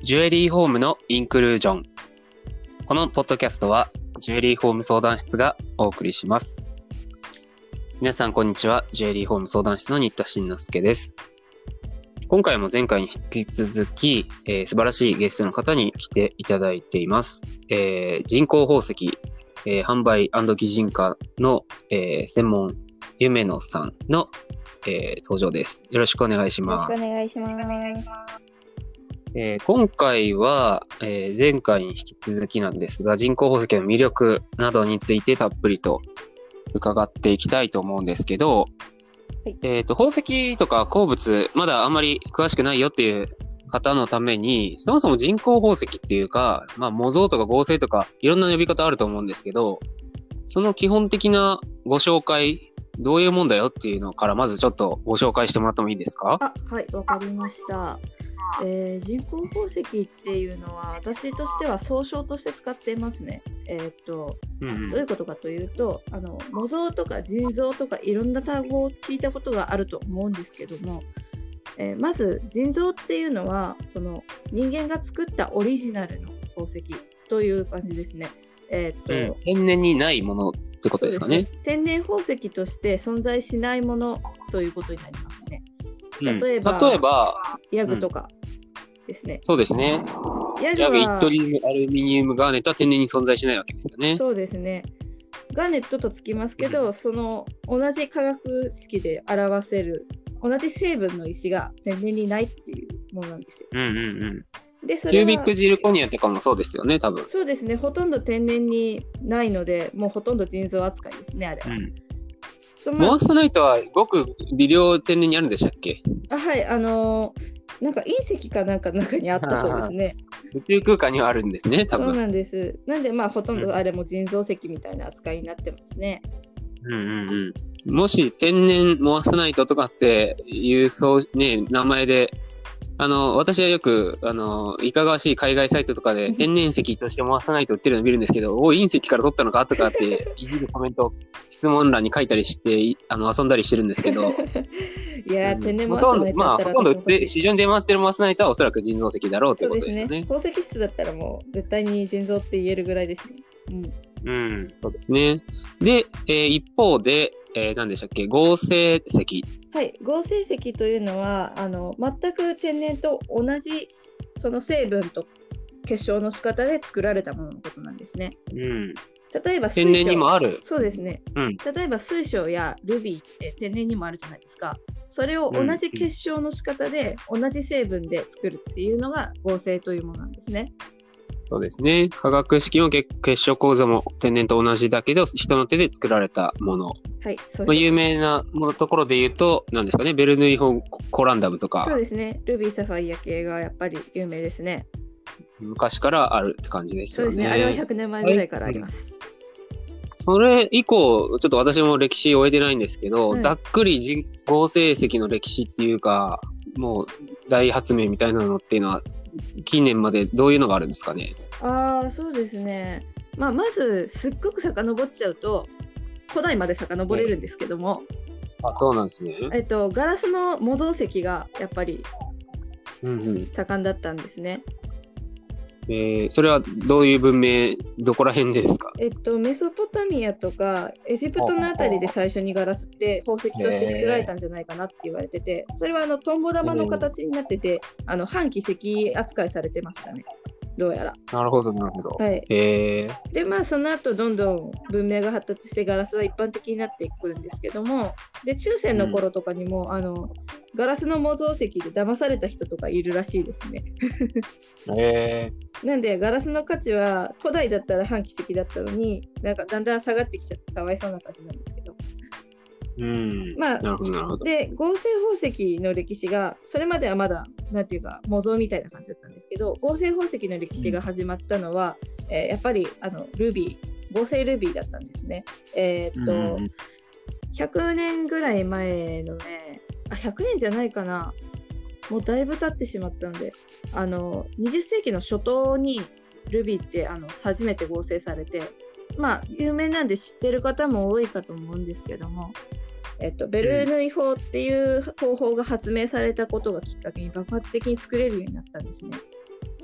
ジュエリーホームのインクルージョン。このポッドキャストはジュエリーホーム相談室がお送りします。皆さんこんにちは。ジュエリーホーム相談室の新田慎之介です。今回も前回に引き続き、素晴らしいゲストの方に来ていただいています。人工宝石、販売&擬人化の、専門夢野さんの、登場です。よろしくお願いします。 よろしくお願いします。 今回は、前回に引き続きなんですが、人工宝石の魅力などについてたっぷりと伺っていきたいと思うんですけど、はい、宝石とか鉱物まだあんまり詳しくないよっていう方のために、そもそも人工宝石っていうか、模造とか合成とかいろんな呼び方あると思うんですけど、その基本的なご紹介、どういうもんだよっていうのからまずちょっとご紹介してもらってもいいですか？ はい、わかりました。人工宝石っていうのは私としては総称として使っていますね。どういうことかというと、模造とか人造とかいろんな単語を聞いたことがあると思うんですけども、まず人造っていうのはその人間が作ったオリジナルの宝石という感じですね。 天然にないものってことですかね。 天然宝石として存在しないものということになりますね。例えばヤグとかですね。 そうですね。ヤグ、イトリウム、アルミニウム、ガーネットは天然に存在しないわけですよね。 そうですね。ガーネットとつきますけど、その同じ化学式で表せる同じ成分の石が天然にないっていうものなんですよ。 でそれはキュービックジルコニアとかもそうですよね、多分。 そうですね。ほとんど天然にないので、もうほとんど人造扱いですね、あれは。 モアスナイトはごく微量天然にあるんでしたっけ？ はい、なんか隕石かなんかの中にあったそうですね。 宇宙空間にはあるんですね、多分。 そうなんです。なんでほとんどあれも人造石みたいな扱いになってますね。 もし天然モアスナイトとかっていう名前で、私はよくいかがわしい海外サイトとかで天然石としてモアスナイト売ってるの見るんですけど、おい、隕石から取ったのかとかっていじるコメント質問欄に書いたりして遊んだりしてるんですけどいや、天然モアスナイトだったらほとんど市場に出回ってるモアスナイトはおそらく人造石だろうということですよね。 宝石質だったらもう絶対に人造って言えるぐらいですね。 そうですね。で、一方で、何でしたっけ、合成石。 はい、合成石というのは全く天然と同じその成分と結晶の仕方で作られたもののことなんですね。例えば天然にもある。 そうですね。例えば水晶やルビーって天然にもあるじゃないですか。それを同じ結晶の仕方で同じ成分で作るっていうのが合成というものなんですね。 そうですね。化学式も結晶構造も天然と同じだけど人の手で作られたもの。 はい、そう有名なところで言うと何ですかね、ベルヌイホコランダムとか。 そうですね。ルビーサファイア系がやっぱり有名ですね。 昔からあるって感じですよね。 そうですね。あれは100年前ぐらいからあります。 それ以降ちょっと私も歴史を終えてないんですけど、ざっくり合成石の歴史っていうかもう大発明みたいなのっていうのは近年までどういうのがあるんですかね？ そうですね。まずすっごく遡っちゃうと古代まで遡れるんですけども、 そうなんですね。 ガラスの模造石がやっぱり盛んだったんですね。 それはどういう文明、どこら辺ですか？ メソポタミアとかエジプトのあたりで最初にガラスって宝石として作られたんじゃないかなって言われてて、それはトンボ玉の形になってて、半奇石扱いされてましたね、どうやら。 なるほどなるほど。 はい。でその後どんどん文明が発達してガラスは一般的になっていくんですけども、で中世の頃とかにも、ガラスの模造石で騙された人とかいるらしいですね。なんでガラスの価値は古代だったら半奇石だったのになんかだんだん下がってきちゃってかわいそうな感じなんですけど。 なるほどなるほど。 で合成宝石の歴史がそれまではまだなんていうか模造みたいな感じだったんですけど、合成宝石の歴史が始まったのは、やっぱりルビー、合成ルビーだったんですね。100年ぐらい前のね、100年じゃないかな、もうだいぶ経ってしまったので、20世紀の初頭にルビーって初めて合成されて、有名なんで知ってる方も多いかと思うんですけども、ベルヌイ法っていう方法が発明されたことがきっかけに爆発的に作れるようになったんですね。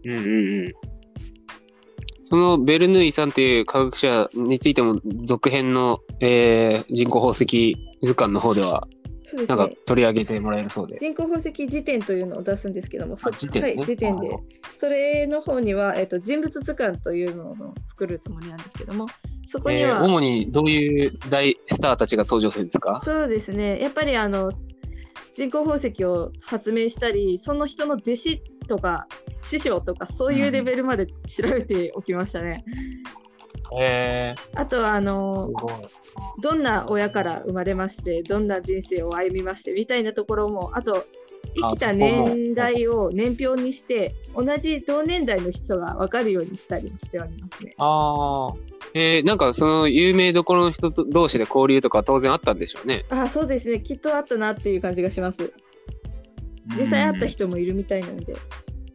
うんうんうん。そのベルヌイさんっていう科学者についても続編の、人工宝石図鑑の方ではそうですね。 なんか取り上げてもらえるそうで。 人工宝石辞典というのを出すんですけども、 辞典ね。 はい、辞典で、それの方には、人物図鑑というのを作るつもりなんですけども、そこには、 主にどういう大スターたちが登場するんですか？ そうですね、やっぱり人工宝石を発明したり、その人の弟子とか師匠とかそういうレベルまで調べておきましたね。あとはどんな親から生まれましてどんな人生を歩みましてみたいなところも、あと生きた年代を年表にして同じ同年代の人が分かるようにしたりもしておりますね。 なんかその有名どころの人同士で交流とか当然あったんでしょうね。 そうですね、きっとあったなっていう感じがします。実際会った人もいるみたいなんで。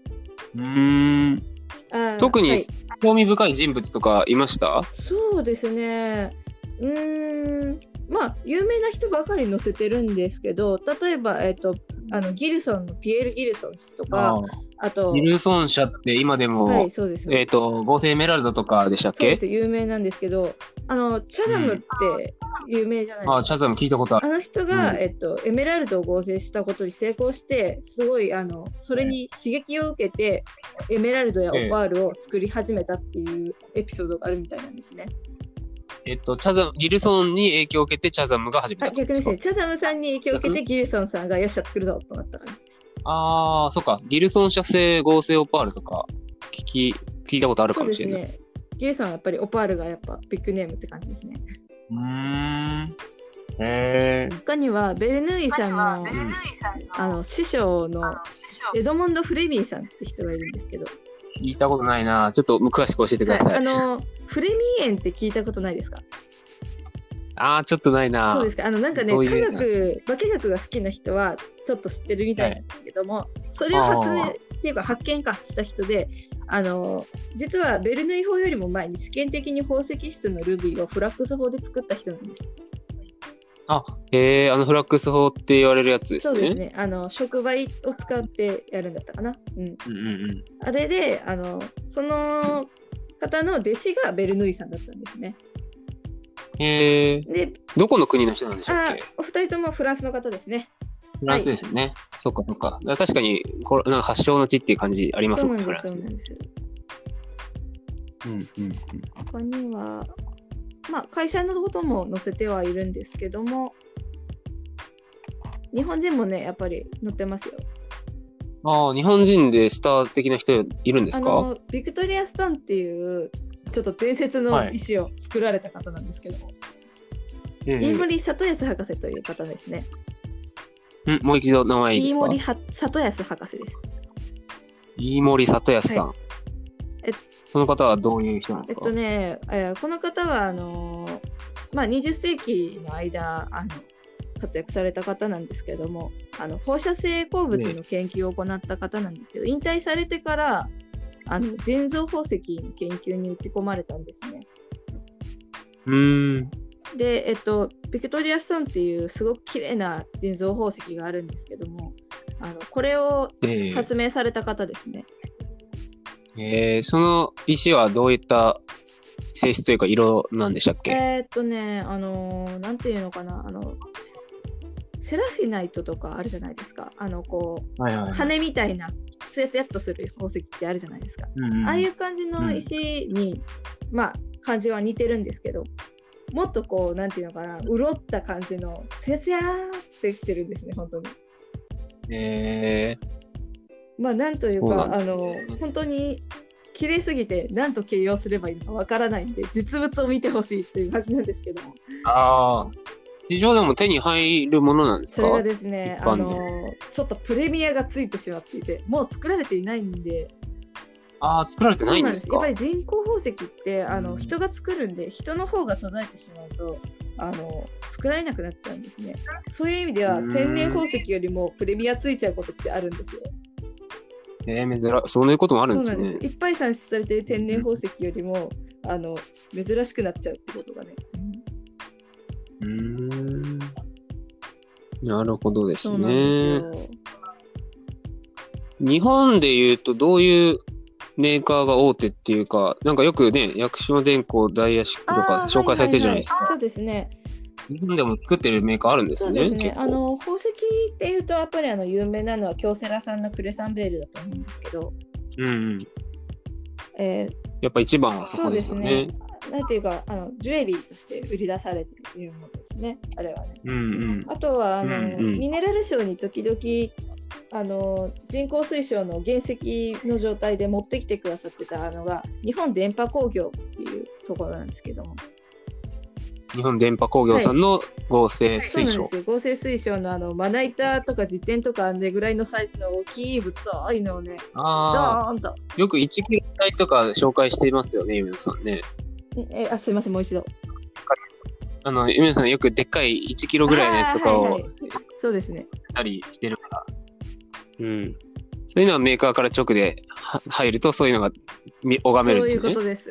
特に興味深い人物とかいました？ そうですね。まあ有名な人ばかり載せてるんですけど、例えばギルソンのピエール・ギルソン氏とか、あとギルソン社って今でも、 はい、そうです。 合成エメラルドとかでしたっけ？ そうです、有名なんですけど、チャザムって有名じゃないですか。 チャザム聞いたことある。 あの人が、エメラルドを合成したことに成功して、すごいそれに刺激を受けて、エメラルドやオパールを作り始めたっていうエピソードがあるみたいなんですね。 ギルソンに影響を受けてチャザムが始めたってことですか？ 逆にチャザムさんに影響を受けてギルソンさんがよっしゃ作るぞとなった感じです。 そっか。ギルソン社製合成オパールとか聞いたことあるかもしれない。 そうですね。ギルソンはやっぱりオパールがやっぱビッグネームって感じですね。他にはベルヌイさんの、師匠のエドモンド・フレミーさんって人がいるんですけど。 聞いたことないな。ちょっと詳しく教えてください。 フレミー園って聞いたことないですか？ ちょっとないな。 そうですか。なんかね、化学が好きな人はちょっと知ってるみたいなんですけども、それを発明っていうか発見した人で、実はベルヌイ法よりも前に試験的に宝石質のルビーをフラックス法で作った人なんです。 フラックス法って言われるやつですね。 そうですね。触媒を使ってやるんだったかな。あれで、その方の弟子がベルヌイさんだったんですね。 で、どこの国の人なんでしょうっけ？ お二人ともフランスの方ですね。 フランスですよね。はい、そっかそっか。確かになんか発祥の地っていう感じありますもんね、フランス。 そうなんです。他には、会社のことも載せてはいるんですけども、日本人もね、やっぱり載ってますよ。 日本人でスター的な人いるんですか？ ビクトリア・スタンっていうちょっと伝説の石を作られた方なんですけども、飯森里康博士という方ですね。 もう一度名前いいですか？ 飯森里康博士です。 飯森里康さん。その方はどういう人なんですか？ この方は20世紀の間活躍された方なんですけども、放射性鉱物の研究を行った方なんですけど、引退されてから人造宝石の研究に打ち込まれたんですね。で、ビクトリア・ストーンっていうすごく綺麗な人造宝石があるんですけども、これを発明された方ですね。 その石はどういった性質というか色なんでしたっけ？ なんていうのかな、セラフィナイトとかあるじゃないですか。羽みたいなツヤツヤっとする宝石ってあるじゃないですか。ああいう感じの石に、感じは似てるんですけど、もっとなんていうのかな、潤った感じのツヤツヤってしてるんですね、本当に。なんというか、本当に綺麗すぎて何と形容すればいいのかわからないんで、実物を見てほしいっていう感じなんですけども。 市場でも手に入るものなんですか？ それがですね、ちょっとプレミアがついてしまっていて、もう作られていないんで。 作られてないんですか？ やっぱり人工宝石って人が作るんで、人の方が途絶えてしまうと作られなくなっちゃうんですね。そういう意味では天然宝石よりもプレミアついちゃうことってあるんですよ。 そういうこともあるんですね。 そうなんです。いっぱい産出されている天然宝石よりも珍しくなっちゃうってことがね。 なるほどですね。日本でいうとどういうメーカーが大手っていうか、なんかよくね、屋久島電工、ダイヤシックとか紹介されてるじゃないですか。 そうですね。 日本でも作ってるメーカーあるんですね。 そうですね。宝石っていうと、やっぱり有名なのは京セラさんのクレサンベールだと思うんですけど。 やっぱ一番はそこですよね。 なんていうかジュエリーとして売り出されているものですね、あれはね。あとはミネラルショーに時々人工水晶の原石の状態で持ってきてくださってたのが日本電波工業っていうところなんですけども、 日本電波工業さんの合成水晶、 そうなんですよ。合成水晶のまな板とか自転とかあれぐらいのサイズの大きいぶっといのをね、ドーンとよく1キロ台とか紹介していますよね、ゆめさんね。 すいません、もう一度。 ゆめさんよくでっかい1キロぐらいのやつとかをそうですね。 たりしてるから、そういうのはメーカーから直で入るとそういうのが拝めるんですね。 そういうことです。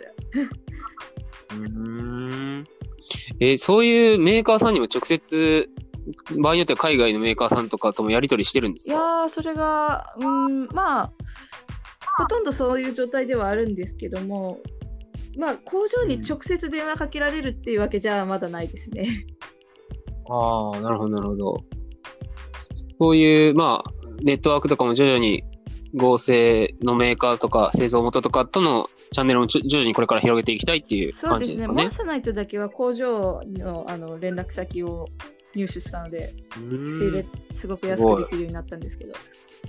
そういうメーカーさんにも直接場合によっては海外のメーカーさんとかともやり取りしてるんですか？ いやー、それがまあほとんどそういう状態ではあるんですけども、まあ工場に直接電話かけられるっていうわけじゃまだないですね。 なるほどなるほど。そういうネットワークとかも徐々に合成のメーカーとか製造元とかとのチャンネルを徐々にこれから広げていきたいっていう感じですかね。 マーサナイトだけは工場の連絡先を入手したので、仕入れすごく安くできるようになったんですけど。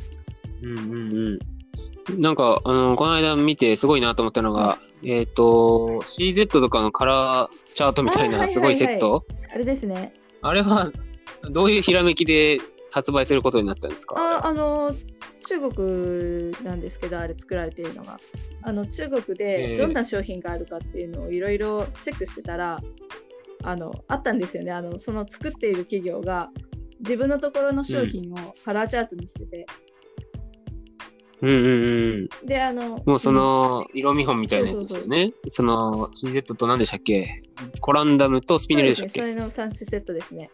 なんかこの間見てすごいなと思ったのが、CZ とかのカラーチャートみたいなすごいセット、 あれですね。 あれはどういうひらめきで発売することになったんですか？ 中国なんですけど、あれ作られているのが中国でどんな商品があるかっていうのをいろいろチェックしてたら、あったんですよね。その作っている企業が自分のところの商品をカラーチャートにしてて、でもうその色見本みたいなやつですよね。その CZ と何でしたっけ？コランダムとスピネルでしたっけ？ それの3種セットですね。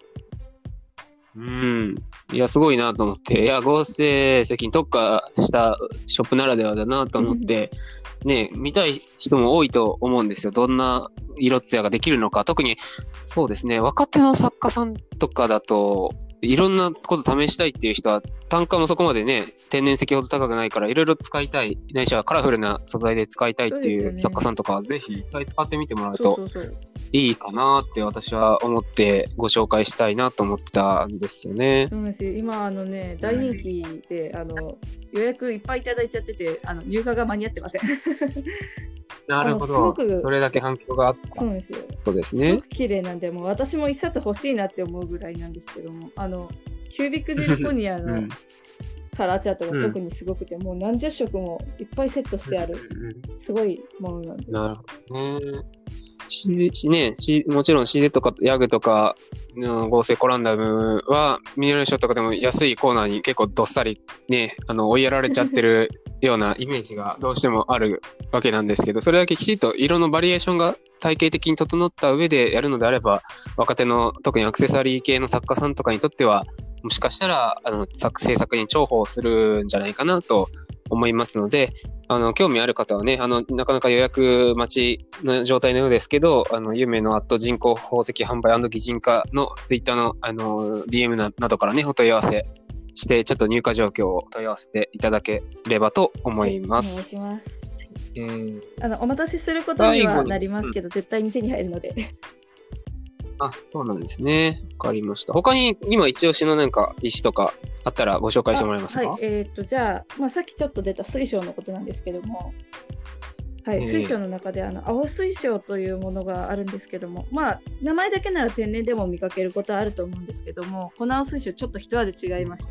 いやすごいなと思って、いや合成石に特化したショップならではだなと思ってね、見たい人も多いと思うんですよ。どんな色艶ができるのか。特にそうですね、若手の作家さんとかだといろんなこと試したいっていう人は単価もそこまでね天然石ほど高くないからいろいろ使いたい、ないしはカラフルな素材で使いたいっていう作家さんとかはぜひ一回使ってみてもらうといいかなって私は思ってご紹介したいなと思ってたんですよね。 そうですよ。今大人気で予約いっぱいいただいちゃってて入荷が間に合ってません。 なるほど。それだけ反響があった。 そうですよ。 そうですね。 すごく綺麗なんで、もう私も一冊欲しいなって思うぐらいなんですけども、キュービックジルコニアのカラーチャートが特にすごくて、もう何十色もいっぱいセットしてある、すごいものなんです。 なるほどね。もちろん CZ とかヤグとかの合成コランダムはミネラルショーとかでも安いコーナーに結構どっさりね追いやられちゃってるようなイメージがどうしてもあるわけなんですけど、それだけきちっと色のバリエーションが体系的に整った上でやるのであれば、若手の特にアクセサリー系の作家さんとかにとってはもしかしたら制作に重宝するんじゃないかなと思いますので、興味ある方はね、なかなか予約待ちの状態のようですけど、有名の人工宝石販売&擬人化のツイッターの、DM などからね、お問い合わせして、ちょっと入荷状況を問い合わせていただければと思います。 お願いします。お待たせすることにはなりますけど、絶対に手に入るので。 そうなんですね。わかりました。他に今一押しのなんか石とかあったらご紹介してもらえますか？ はい。じゃあ、さっきちょっと出た水晶のことなんですけども、はい、水晶の中で青水晶というものがあるんですけども、名前だけなら天然でも見かけることはあると思うんですけども、この青水晶ちょっと一味違いまして、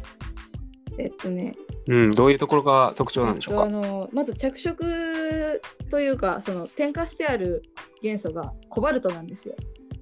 どういうところが特徴なんでしょうか？ まず着色というか、その添加してある元素がコバルトなんですよ。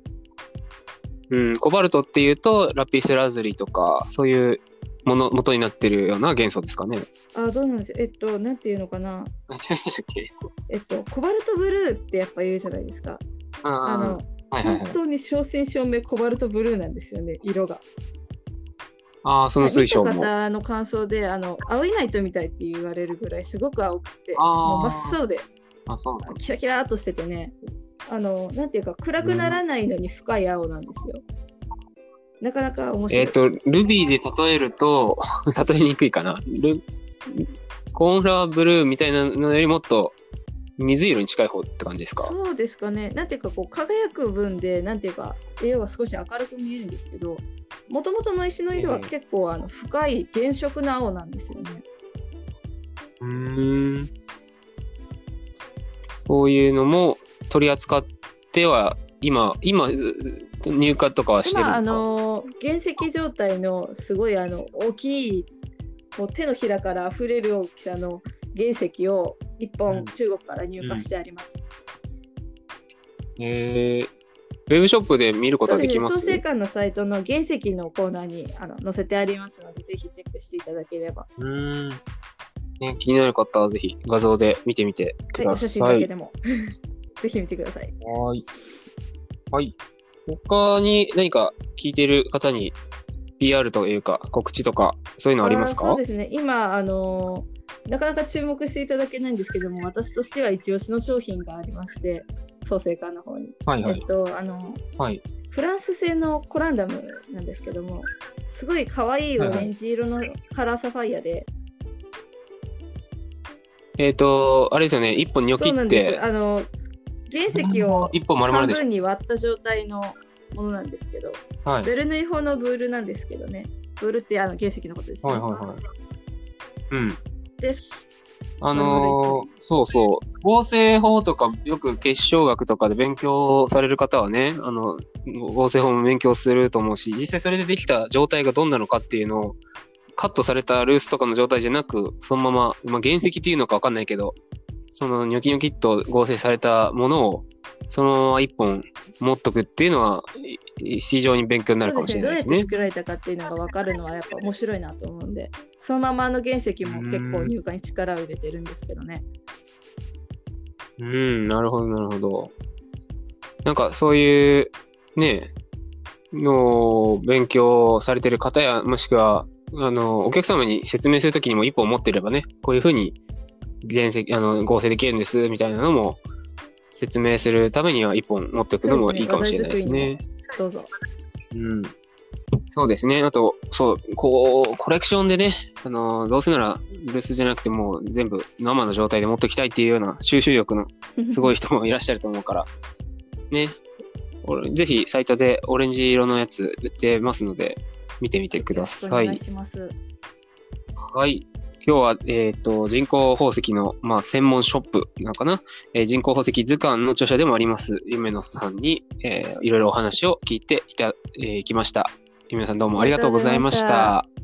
コバルトっていうとラピスラズリとかそういう元になってるような元素ですかね。 どうなんですよ。なんていうのかな。 間違えましたっけ？ コバルトブルーってやっぱ言うじゃないですか。本当に正真正銘コバルトブルーなんですよね、色が。 その水晶も。 見た方の感想で、青いナイトみたいって言われるぐらいすごく青くて、もう真っ青で、 そうなんだ。 キラキラっとしててね、なんていうか、暗くならないのに深い青なんですよ。なかなか面白い。 ルビーで例えると、例えにくいかな。コーンフラワーブルーみたいなのよりもっと水色に近い方って感じですか？ そうですかね。なんていうか、こう輝く分で、なんていうか、色が少し明るく見えるんですけど、もともとの石の色は結構深い原色の青なんですよね。 そういうのも取り扱っては、今入荷とかはしてるんですか？ 原石状態のすごい大きい、もう手のひらから溢れる大きさの原石を1本中国から入荷してあります。 ウェブショップで見ることはできます？ 創成館のサイトの原石のコーナーに載せてありますので、ぜひチェックしていただければ。 気になる方はぜひ画像で見てみてください。 写真だけでもぜひ見てください。 はい。他に何か聞いている方に PR というか告知とかそういうのありますか？ そうですね。今なかなか注目していただけないんですけども、私としては一押しの商品がありまして、創成館の方に。フランス製のコランダムなんですけども、すごい可愛いオレンジ色のカラーサファイアで。 あれですよね。一本ニョキって。 原石を半分に割った状態のものなんですけど、ベルヌイ法のブールなんですけどね。ブールって原石のことですね。です。 そうそう。合成法とかよく結晶学とかで勉強される方はね、合成法も勉強すると思うし、実際それでできた状態がどんなのかっていうのを、カットされたルースとかの状態じゃなく、そのまま、原石っていうのか分かんないけど、そのニョキニョキっと合成されたものをそのまま一本持っとくっていうのは非常に勉強になるかもしれないですね。 どうやって作られたかっていうのが分かるのはやっぱ面白いなと思うんで、そのまま原石も結構入荷に力を入れてるんですけどね。 なるほどなるほど。なんかそういうねのを勉強されてる方や、もしくはお客様に説明するときにも一本持ってればね、こういうふうに合成できるんですみたいなのも説明するためには一本持っておくのもいいかもしれないですね。 どうぞ。 そうですね。あと、コレクションでね、どうせなら留守じゃなくてもう全部生の状態で持っておきたいっていうような収集欲のすごい人もいらっしゃると思うから、ね、ぜひサイトでオレンジ色のやつ売ってますので、見てみてください。 お願いします。 はい。今日は、人工宝石の、専門ショップなのかな、人工宝石図鑑の著者でもあります夢野さんに、いろいろお話を聞いていきました。夢野さんどうもありがとうございました。